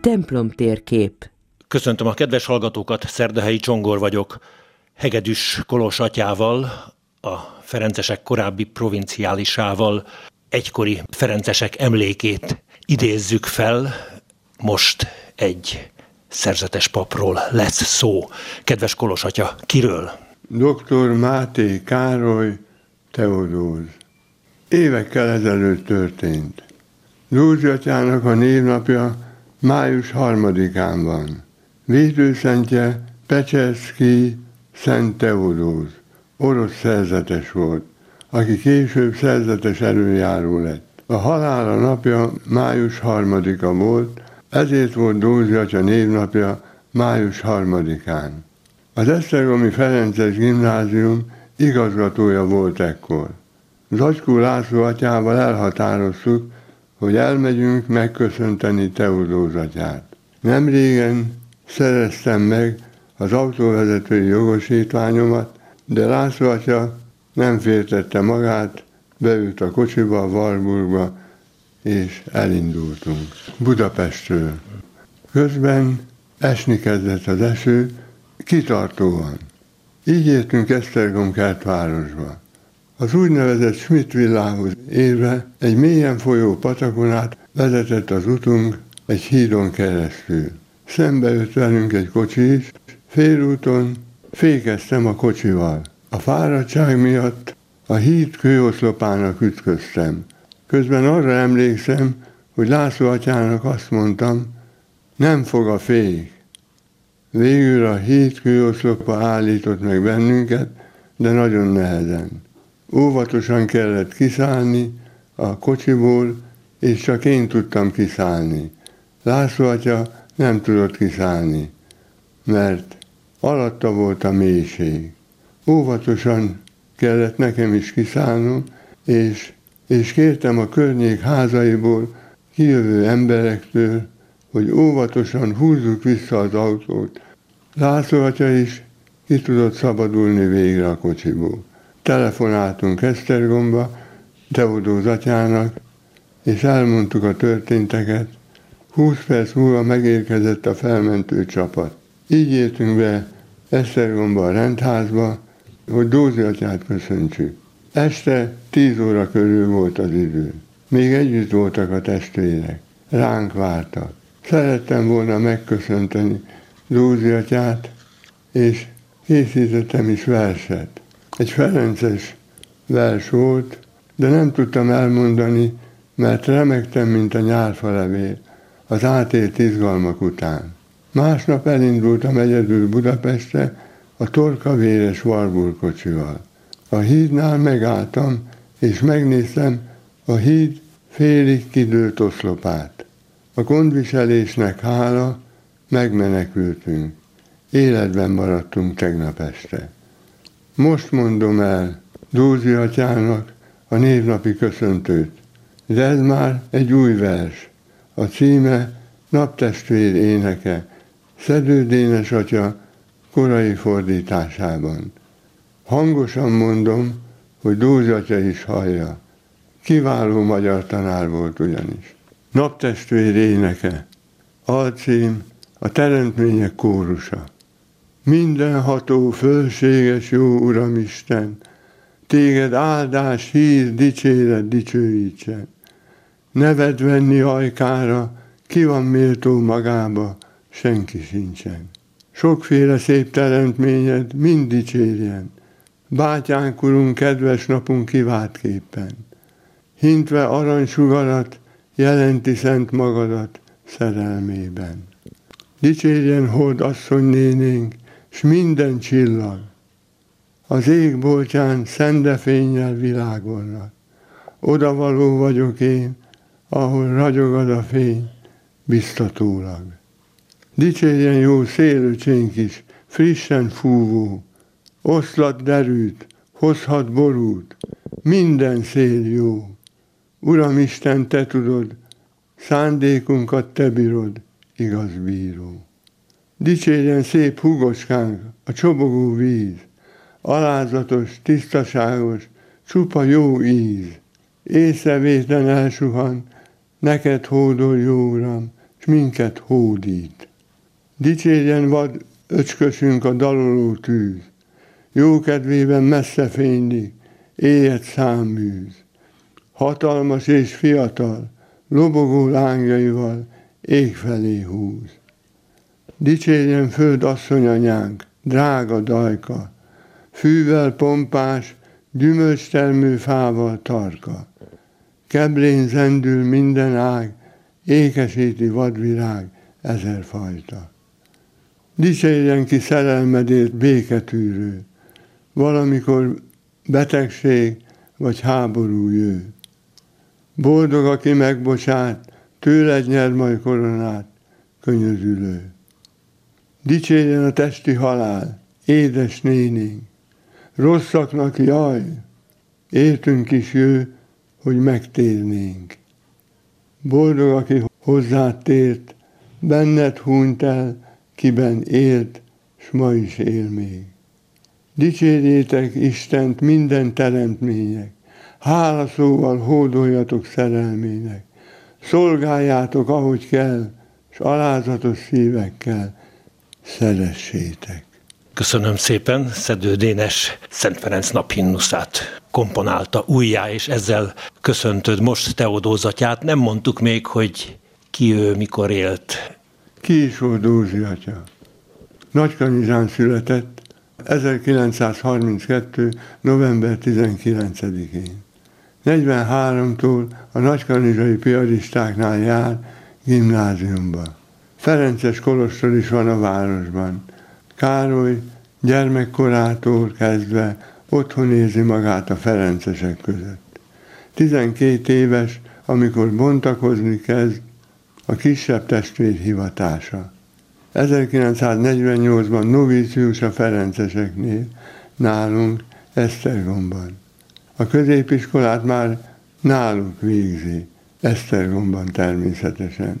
Templomtérkép. Köszöntöm a kedves hallgatókat, Szerdahelyi Csongor vagyok. Hegedűs Kolos atyával, a ferencesek korábbi provinciálisával, egykori ferencesek emlékét idézzük fel. Most egy szerzetes papról lesz szó. Kedves Kolos atya, kiről? Dr. Máté Károly Teodóz. Évekkel ezelőtt történt. Dózsi atyának a névnapja május 3-án van. Védőszentje Pecserszkij Szent Teodóz, orosz szerzetes volt, aki később szerzetes előjáró lett. A halála napja május 3-a volt, ezért volt Dózsi atya névnapja május 3-án. Az esztergomi Ferences Gimnázium igazgatója volt ekkor. Zacskó László atyával elhatároztuk, hogy elmegyünk megköszönteni Teodóz atyát. Nemrégen szereztem meg az autóvezetői jogosítványomat, de László atya nem féltette magát, beült a kocsiba, a Warburgba, és elindultunk Budapestről. Közben esni kezdett az eső, kitartóan. Így értünk Esztergom kertvárosba. Az úgynevezett Schmidt villához érve egy mélyen folyó patakon át vezetett az utunk egy hídon keresztül. Szembe jött velünk egy kocsi is, félúton fékeztem a kocsival. A fáradtság miatt a híd kőoszlopának ütköztem. Közben arra emlékszem, hogy László atyának azt mondtam, nem fog a fék. Végül a híd kőoszlopa állított meg bennünket, de nagyon nehezen. Óvatosan kellett kiszállni a kocsiból, és csak én tudtam kiszállni. László atya nem tudott kiszállni, mert alatta volt a mélység. Óvatosan kellett nekem is kiszállnom, és kértem a környék házaiból kijövő emberektől, hogy óvatosan húzzuk vissza az autót. László atya is ki tudott szabadulni végre a kocsiból. Telefonáltunk Esztergomba, Teodóz atyának, és elmondtuk a történteket. 20 perc múlva megérkezett a felmentő csapat. Így értünk be Esztergomba a rendházba, hogy Dózsi atyát köszöntsük. Este 10 óra körül volt az idő. Még együtt voltak a testvérek. Ránk vártak. Szerettem volna megköszönteni Dózsi atyát, és készítettem is verset. Egy ferences vers volt, de nem tudtam elmondani, mert remegtem, mint a nyárfalevél az átélt izgalmak után. Másnap elindultam egyedül Budapestre a torkavéres Warburg kocsival. A hídnál megálltam, és megnéztem a híd félig kidőlt oszlopát. A gondviselésnek hála, megmenekültünk. Életben maradtunk tegnap este. Most mondom el Dózsi atyának a névnapi köszöntőt, de ez már egy új vers. A címe Naptestvér éneke, Szedő Dénes atya korai fordításában. Hangosan mondom, hogy Dózsi atya is hallja. Kiváló magyar tanár volt ugyanis. Naptestvér éneke, alcím a teremtmények kórusa. Mindenható, fölséges jó Uramisten, téged áldás, hír, dicséret dicsőítsen. Neved venni ajkára, ki van méltó magába, senki sincsen. Sokféle szép teremtményed mind dicsérjen, bátyánk urunk kedves napunk kiváltképpen. Hintve aranysugarat, jelenti szent magadat szerelmében. Dicsérjen hold asszonynénénk, s minden csillag, az ég boltján szendefénnyel világolnak. Odavaló vagyok én, ahol ragyogad a fény, biztatólag. Dicsérjen jó szélöcsénk is, frissen fúvó, oszlat derűt, hozhat borút, minden szél jó. Uramisten, te tudod, szándékunkat te bírod, igaz bíró. Dicsérjen szép húgocskánk, a csobogó víz, alázatos, tisztaságos, csupa jó íz. Észrevétlen elsuhan, neked hódol, jó Uram, s minket hódít. Dicsérjen vad öcskösünk a daloló tűz, jó kedvében messze fénylik, éjjel száműz. Hatalmas és fiatal, lobogó lángjaival ég felé húz. Dicsérjen föld asszonyanyánk, drága dajka, fűvel pompás, gyümölcstermő fával tarka. Keblén zendül minden ág, ékesíti vadvirág ezerfajta. Dicsérjen ki szerelmedért béketűrő, valamikor betegség vagy háború jő. Boldog, aki megbocsát, tőled nyer majd koronát, könyörülő. Dicsérjen a testi halál, édes nénénk, rosszaknak jaj, értünk is jő, hogy megtérnénk. Boldog, aki hozzád tért, benned hunyt el, kiben élt, s ma is él még. Dicsérjétek Istent minden teremtmények, hálaszóval hódoljatok szerelmének, szolgáljátok, ahogy kell, s alázatos szívekkel szeressétek. Köszönöm szépen, Szedő Dénes Szent Ferenc naphimnuszát komponálta újjá, és ezzel köszöntöd most Teodózsatyát. Nem mondtuk még, hogy ki ő, mikor élt. Ki is volt Dózsi atya? Nagykanizsán született 1932. november 19-én. 43-tól a nagykanizsai piaristáknál jár gimnáziumba. Ferences kolostor is van a városban. Károly gyermekkorától kezdve otthon érzi magát a ferencesek között. 12 éves, amikor bontakozni kezd a kisebb testvér hivatása. 1948-ban novícius a ferenceseknél, nálunk Esztergomban. A középiskolát már náluk végzi, Esztergomban természetesen.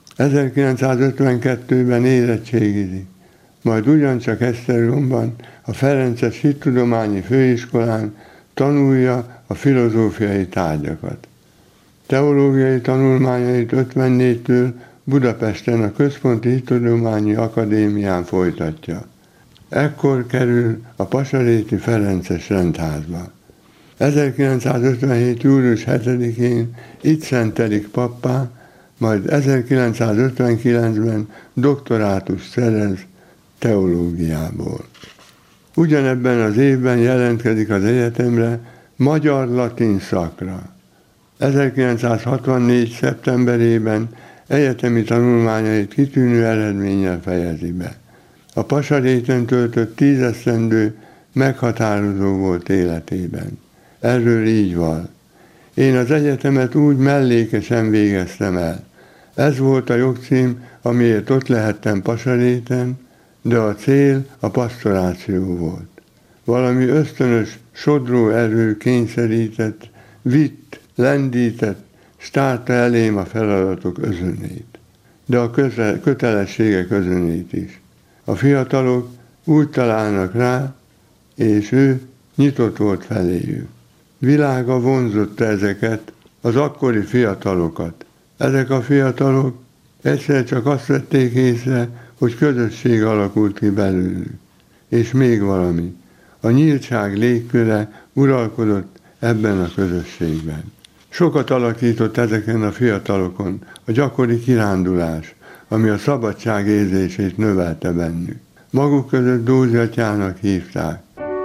1952-ben érettségizik, majd ugyancsak Esztergomban a Ferences Hittudományi Főiskolán tanulja a filozófiai tárgyakat. Teológiai tanulmányait 54-től Budapesten a Központi Hittudományi Akadémián folytatja. Ekkor kerül a Pasaréti Ferences rendházba. 1957. július 7-én itt szentelik pappá, majd 1959-ben doktorátust szerez teológiából. Ugyanebben az évben jelentkezik az egyetemre magyar-latin szakra. 1964. szeptemberében egyetemi tanulmányait kitűnő eredménnyel fejezi be. A Pasaréten töltött 10 esztendő meghatározó volt életében. Erről így van. Én az egyetemet úgy mellékesen végeztem el. Ez volt a jogcím, amiért ott lehettem Pasaréten, de a cél a pasztoráció volt. Valami ösztönös, sodró erő kényszerített, vitt, lendített, s tárta elém a feladatok özönét, de a kötelességek özönét is. A fiatalok úgy találnak rá, és ő nyitott volt feléjük. Világa vonzotta ezeket, az akkori fiatalokat. Ezek a fiatalok egyszer csak azt vették észre, hogy közösség alakult ki belőlük. És még valami. A nyíltság légköre uralkodott ebben a közösségben. Sokat alakított ezeken a fiatalokon a gyakori kirándulás, ami a szabadság érzését növelte bennük. Maguk között Dózsi atyának hívták.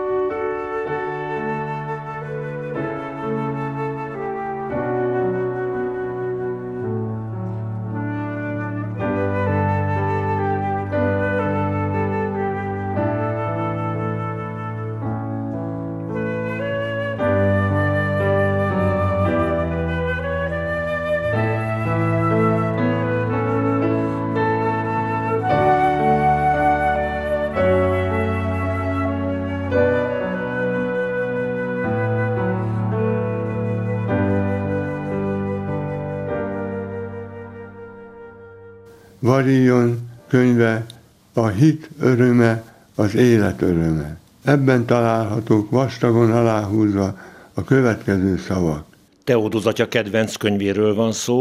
Varillon könyve a hit öröme, az élet öröme. Ebben találhatók vastagon aláhúzva a következő szavak. Teodózsatya kedvenc könyvéről van szó,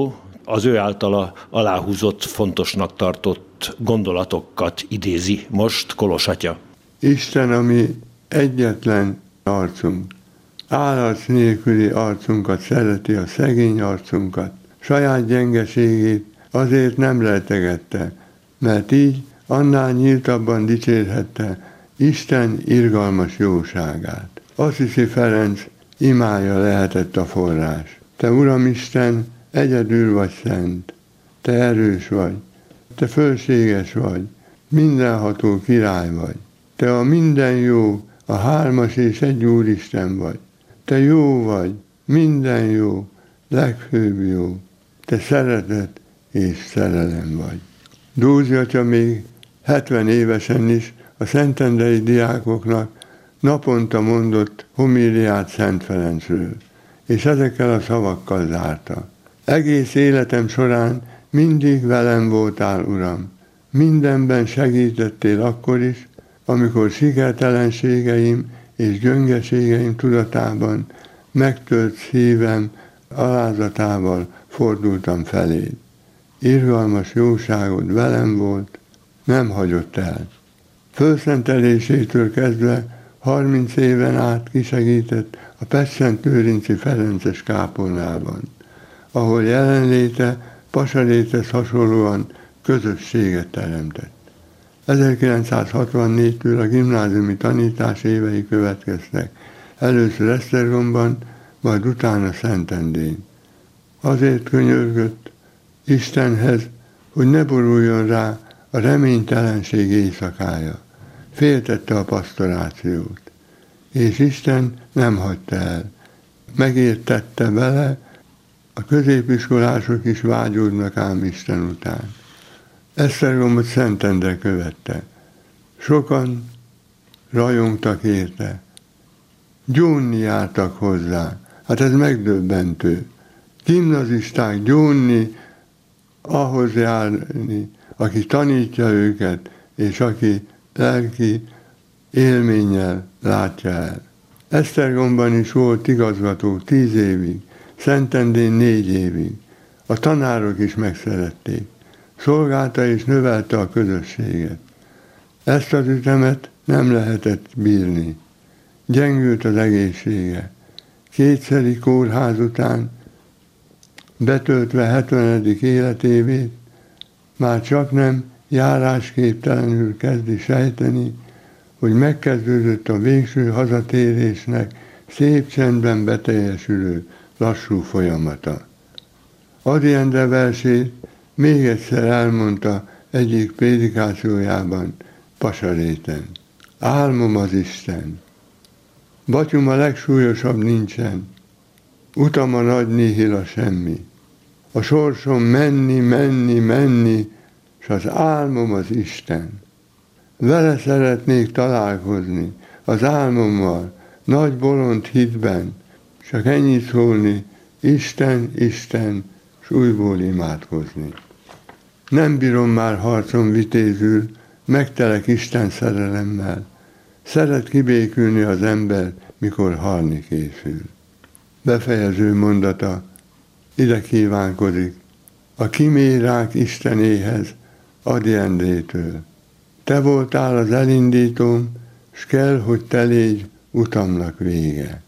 az ő általa aláhúzott, fontosnak tartott gondolatokat idézi most Kolos atya. Isten a mi egyetlen arcunk. Álarc nélküli arcunkat szereti, a szegény arcunkat. Saját gyengeségét azért nem lejtegette, mert így annál nyíltabban dicsérhette Isten irgalmas jóságát. Assisi Ferenc imája lehetett a forrás. Te, Uram Isten, egyedül vagy szent, te erős vagy, te fölséges vagy, mindenható király vagy. Te a minden jó, a hármas és egy Úristen vagy. Te jó vagy, minden jó, legfőbb jó. Te szeretet és szerelem vagy. Dózsi atya még 70 évesen is a szentendrei diákoknak naponta mondott homíliát Szent Ferencről, és ezekkel a szavakkal zárta. Egész életem során mindig velem voltál, Uram. Mindenben segítettél akkor is, amikor sikertelenségeim és gyöngeségeim tudatában megtölt szívem alázatával fordultam feléd. Irgalmas jóságod velem volt, nem hagyott el. Fölszentelésétől kezdve 30 éven át kisegített a Petszentőrinci Ferences kápolnában, ahol jelenléte Pasaréthez hasonlóan közösséget teremtett. 1964-től a gimnáziumi tanítás évei következtek, először Esztergomban, majd utána Szentendrén. Azért könyörgött Istenhez, hogy ne boruljon rá a reménytelenség éjszakája. Féltette a pasztorációt, és Isten nem hagyta el. Megértette vele, a középiskolások is vágyódnak ám Isten után. Esztergomot Szentendre követte. Sokan rajongtak érte. Gyónni jártak hozzá. Hát ez megdöbbentő. Gimnazisták gyónni, ahhoz járni, aki tanítja őket, és aki lelki élménnyel látja el. Esztergomban is volt igazgató 10 évig, Szentendrén 4 évig. A tanárok is megszerették. Szolgálta és növelte a közösséget. Ezt az ütemet nem lehetett bírni. Gyengült az egészsége. 2. kórház után, betöltve 70. életévét, már csak nem járásképtelenül kezdi sejteni, hogy megkezdődött a végső hazatérésnek szép csendben beteljesülő lassú folyamata. Ady Endre versét még egyszer elmondta egyik prédikációjában Pasaréten. Álmom az Isten. Batyum a legsúlyosabb nincsen, utam a nagy nihil a semmi. A sorsom menni, menni, menni, s az álmom az Isten. Vele szeretnék találkozni, az álmommal, nagy bolond hitben, csak ennyit szólni, Isten, Isten, s újból imádkozni. Nem bírom már harcom vitézül, megtelek Isten szerelemmel. Szeret kibékülni az ember, mikor halni készül. Befejező mondata ide kívánkozik, a kimérák Istenéhez, Ady Endrétől. Te voltál az elindítóm, s kell, hogy te légy utamnak vége.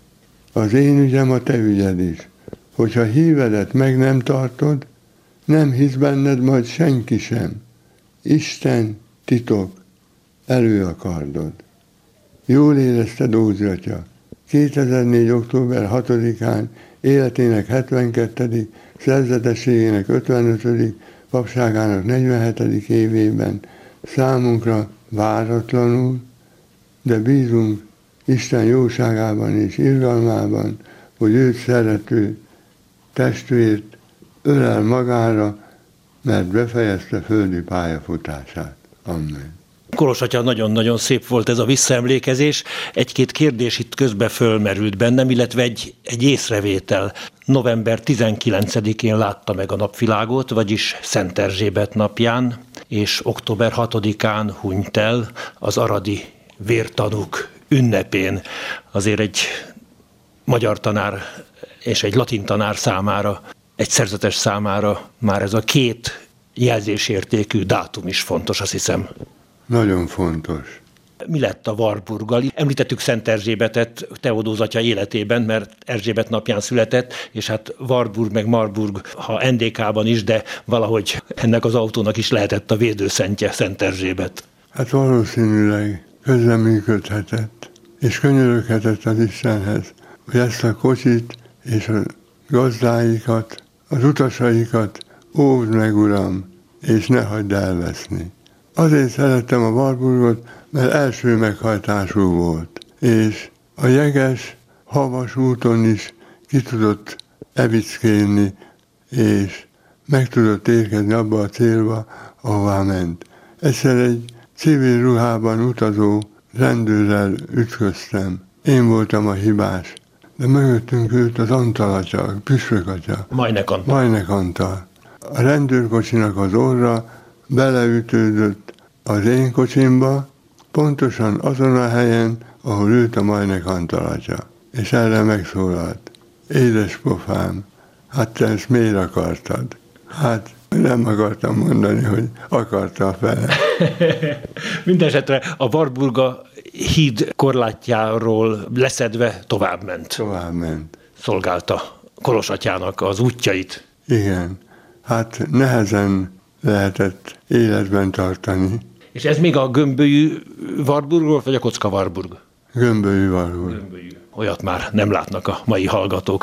Az én ügyem a te ügyed is, hogyha hívedet meg nem tartod, nem hisz benned majd senki sem. Isten, titok, elő a kardod. Jól érezte Dózsi atya. 2004. október 6-án életének 72., szerzetességének 55., papságának 47. évében számunkra váratlanul, de bízunk Isten jóságában és irgalmában, hogy őt szerető testvért ölel magára, mert befejezte földi pályafutását. Amen. Kolos atya, nagyon-nagyon szép volt ez a visszaemlékezés. Egy-két kérdés itt közben fölmerült bennem, illetve egy észrevétel. November 19-én látta meg a napvilágot, vagyis Szent Erzsébet napján, és október 6-án hunyt el az aradi vértanúk ünnepén. Azért egy magyar tanár és egy latin tanár számára egy szerzetes számára már ez a két jelzésértékű dátum is fontos, azt hiszem. Nagyon fontos. Mi lett a Warburggal? Említettük Szent Erzsébetet Teodóz atya életében, mert Erzsébet napján született, és hát Warburg meg Marburg, ha NDK-ban is, de valahogy ennek az autónak is lehetett a védőszentje, Szent Erzsébet. Hát valószínűleg közreműködhetett, és könyöröghetett az Istenhez, hogy ezt a kocsit és a gazdáikat, az utasaikat óvd meg, Uram, és ne hagyd elveszni. Azért szerettem a Warburgot, mert első meghajtású volt, és a jeges, havas úton is ki tudott evickélni, és meg tudott érkezni abba a célba, ahová ment. Egyszer egy civil ruhában utazó rendőrrel ütköztem. Én voltam a hibás, de mögöttünk ült az Antal atya, a püspök atya. Majnek Antal. A rendőrkocsinak az orra beleütődött az én kocsimba, pontosan azon a helyen, ahol ült a Majnek Antal atya. És erre megszólalt: édes pofám, hát te ezt miért akartad? Hát nem akartam mondani, hogy akarta a fele. Mindenesetre a Warburga híd korlátjáról leszedve továbbment. Továbbment. Szolgálta Kolos atyának az útjait. Igen, hát nehezen lehetett életben tartani. És ez még a gömbölyű Warburg volt, vagy a kocka Warburg? Gömbölyű Warburg. Gömbölyű. Olyat már nem látnak a mai hallgatók.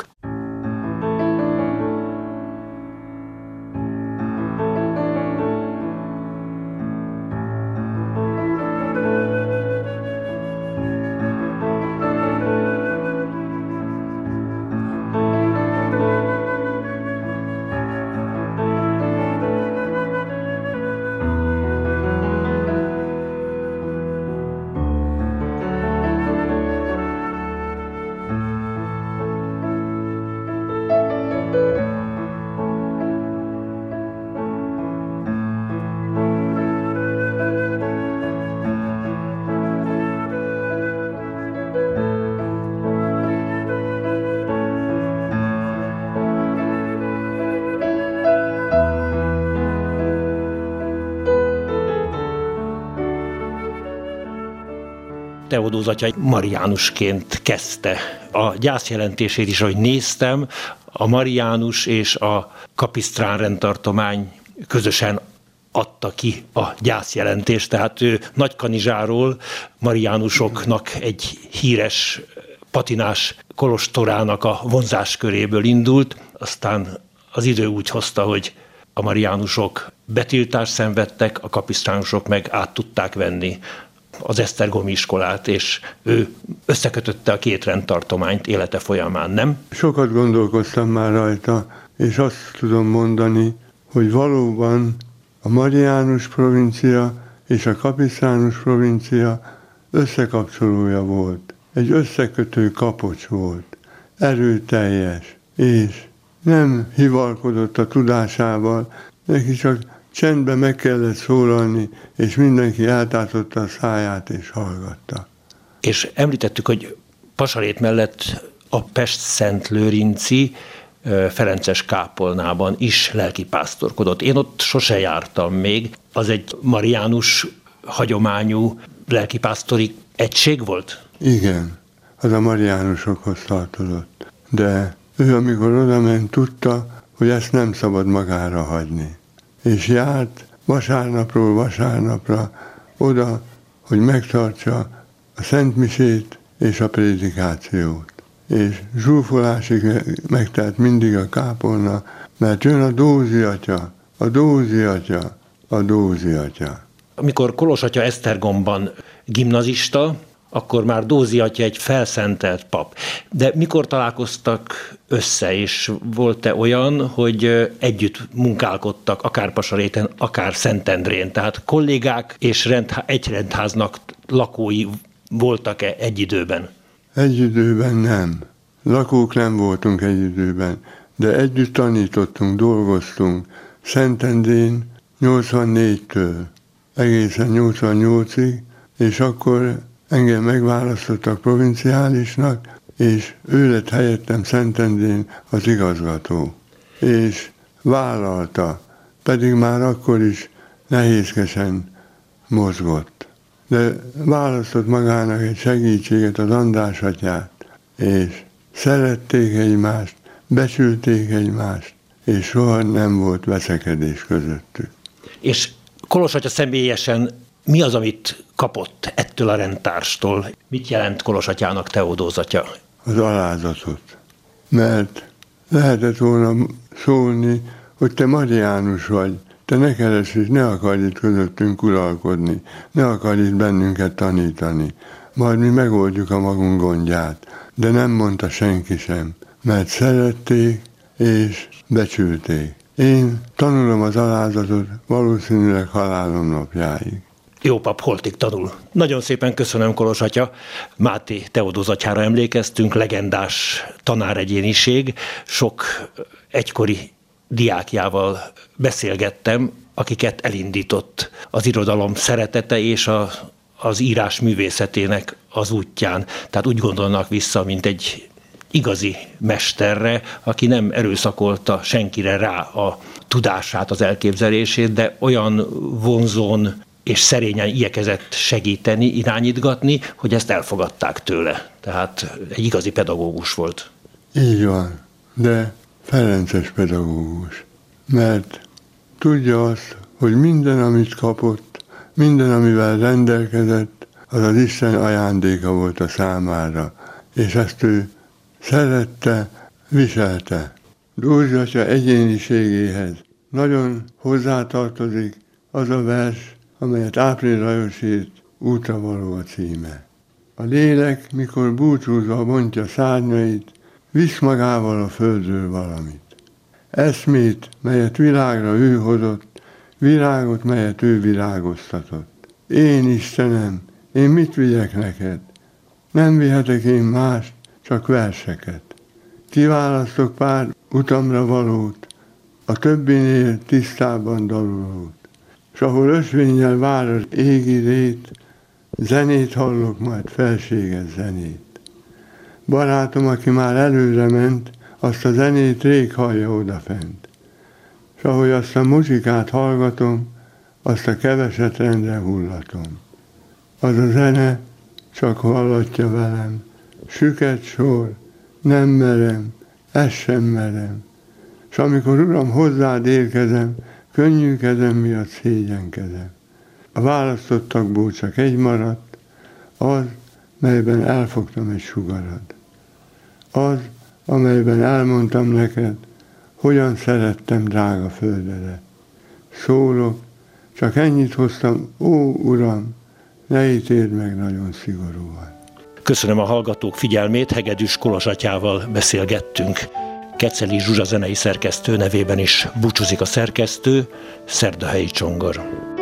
Teodóz atya mariánusként kezdte a gyászjelentését is, ahogy néztem, a Mariánus és a Kapisztrán rendtartomány közösen adta ki a gyászjelentést, tehát ő Nagykanizsáról mariánusoknak egy híres patinás kolostorának a vonzásköréből indult, aztán az idő úgy hozta, hogy a mariánusok betiltást szenvedtek, a kapisztránusok meg át tudták venni az esztergomi iskolát, és ő összekötötte a két rendtartományt élete folyamán, nem? Sokat gondolkoztam már rajta, és azt tudom mondani, hogy valóban a Mariánus provincia és a Kapisztránus provincia összekapcsolója volt. Egy összekötő kapocs volt, erőteljes, és nem hivalkodott a tudásával, neki csak csendben meg kellett szólalni, és mindenki eltátotta a száját és hallgatta. És említettük, hogy Pasarét mellett a Pest-Szent-Lőrinci ferences kápolnában is lelkipásztorkodott. Én ott sose jártam még. Az egy mariánus hagyományú lelkipásztori egység volt? Igen, az a mariánusokhoz tartozott. De ő, amikor oda ment, tudta, hogy ezt nem szabad magára hagyni. És járt vasárnapról vasárnapra oda, hogy megtartsa a szentmisét és a prédikációt. És zsúfolásig megtelt mindig a kápolna, mert jön a Dózsi atya, a Dózsi atya, a Dózsi atya. Amikor Kolos atya Esztergomban gimnazista, akkor már Dózsi atya egy felszentelt pap. De mikor találkoztak össze, és volt-e olyan, hogy együtt munkálkodtak, akár Pasaréten, akár Szentendrén? Tehát kollégák és egy rendháznak lakói voltak-e egy időben? Egy időben nem. Lakók nem voltunk egy időben, de együtt tanítottunk, dolgoztunk. Szentendrén 84-től egészen 88-ig, és akkor engem megválasztottak provinciálisnak, és ő lett helyettem Szentendrén az igazgató. és vállalta, pedig már akkor is nehézkesen mozgott. De választott magának egy segítséget, az András atyát, és szerették egymást, becsülték egymást, és soha nem volt veszekedés közöttük. És Kolos atya személyesen mi az, amit kapott ettől a rendtárstól? Mit jelent Kolos atyának Teodóz atya? Az alázatot. Mert lehetett volna szólni, hogy te Mariánus vagy, te ne keresd, és ne akarj itt közöttünk uralkodni, ne akarj itt bennünket tanítani, majd mi megoldjuk a magunk gondját. De nem mondta senki sem, mert szerették és becsülték. Én tanulom az alázatot valószínűleg halálom napjáig. Jó pap holtig tanul. Nagyon szépen köszönöm, Kolos atya. Máté Teodóz atyára emlékeztünk, legendás tanáregyéniség. Sok egykori diákjával beszélgettem, akiket elindított az irodalom szeretete és az írás művészetének az útján. Tehát úgy gondolnak vissza, mint egy igazi mesterre, aki nem erőszakolta senkire rá a tudását, az elképzelését, de olyan vonzón és szerényen igyekezett segíteni, irányítgatni, hogy ezt elfogadták tőle. Tehát egy igazi pedagógus volt. Így van, de ferences pedagógus. Mert tudja azt, hogy minden, amit kapott, minden, amivel rendelkezett, az az Isten ajándéka volt a számára, és ezt ő szerette, viselte. Dózsi atya egyéniségéhez nagyon hozzátartozik az a vers, amelyet Április Lajos írt, Útra való a címe. A lélek, mikor búcsúzva bontja szárnyait, visz magával a földről valamit. Eszmét, melyet világra ő hozott, virágot, melyet ő virágoztatott. Én, Istenem, én mit vigyek neked? Nem vihetek én mást, csak verseket. Kiválasztok pár utamra valót, a többinél tisztában dalolót. S ahol ösvénnyel vár az égi rét, zenét hallok, majd felséges zenét. Barátom, aki már előre ment, azt a zenét rég hallja odafent. S ahogy azt a muzsikát hallgatom, azt a keveset rendre hullatom. Az a zene csak hallatja velem, süket sor, nem merem, ezt sem merem. S amikor, Uram, hozzád érkezem, könnyű kezem miatt szégyenkezem. A választottakból csak egy maradt, az, melyben elfogtam egy sugarat. Az, amelyben elmondtam neked, hogyan szerettem drága földedet. Szólok, csak ennyit hoztam, ó Uram, ne ítéld meg nagyon szigorúan. Köszönöm a hallgatók figyelmét, Hegedűs Kolos atyával beszélgettünk. Keceli Zsuzsa zenei szerkesztő nevében is búcsúzik a szerkesztő, Szerdahelyi Csongor.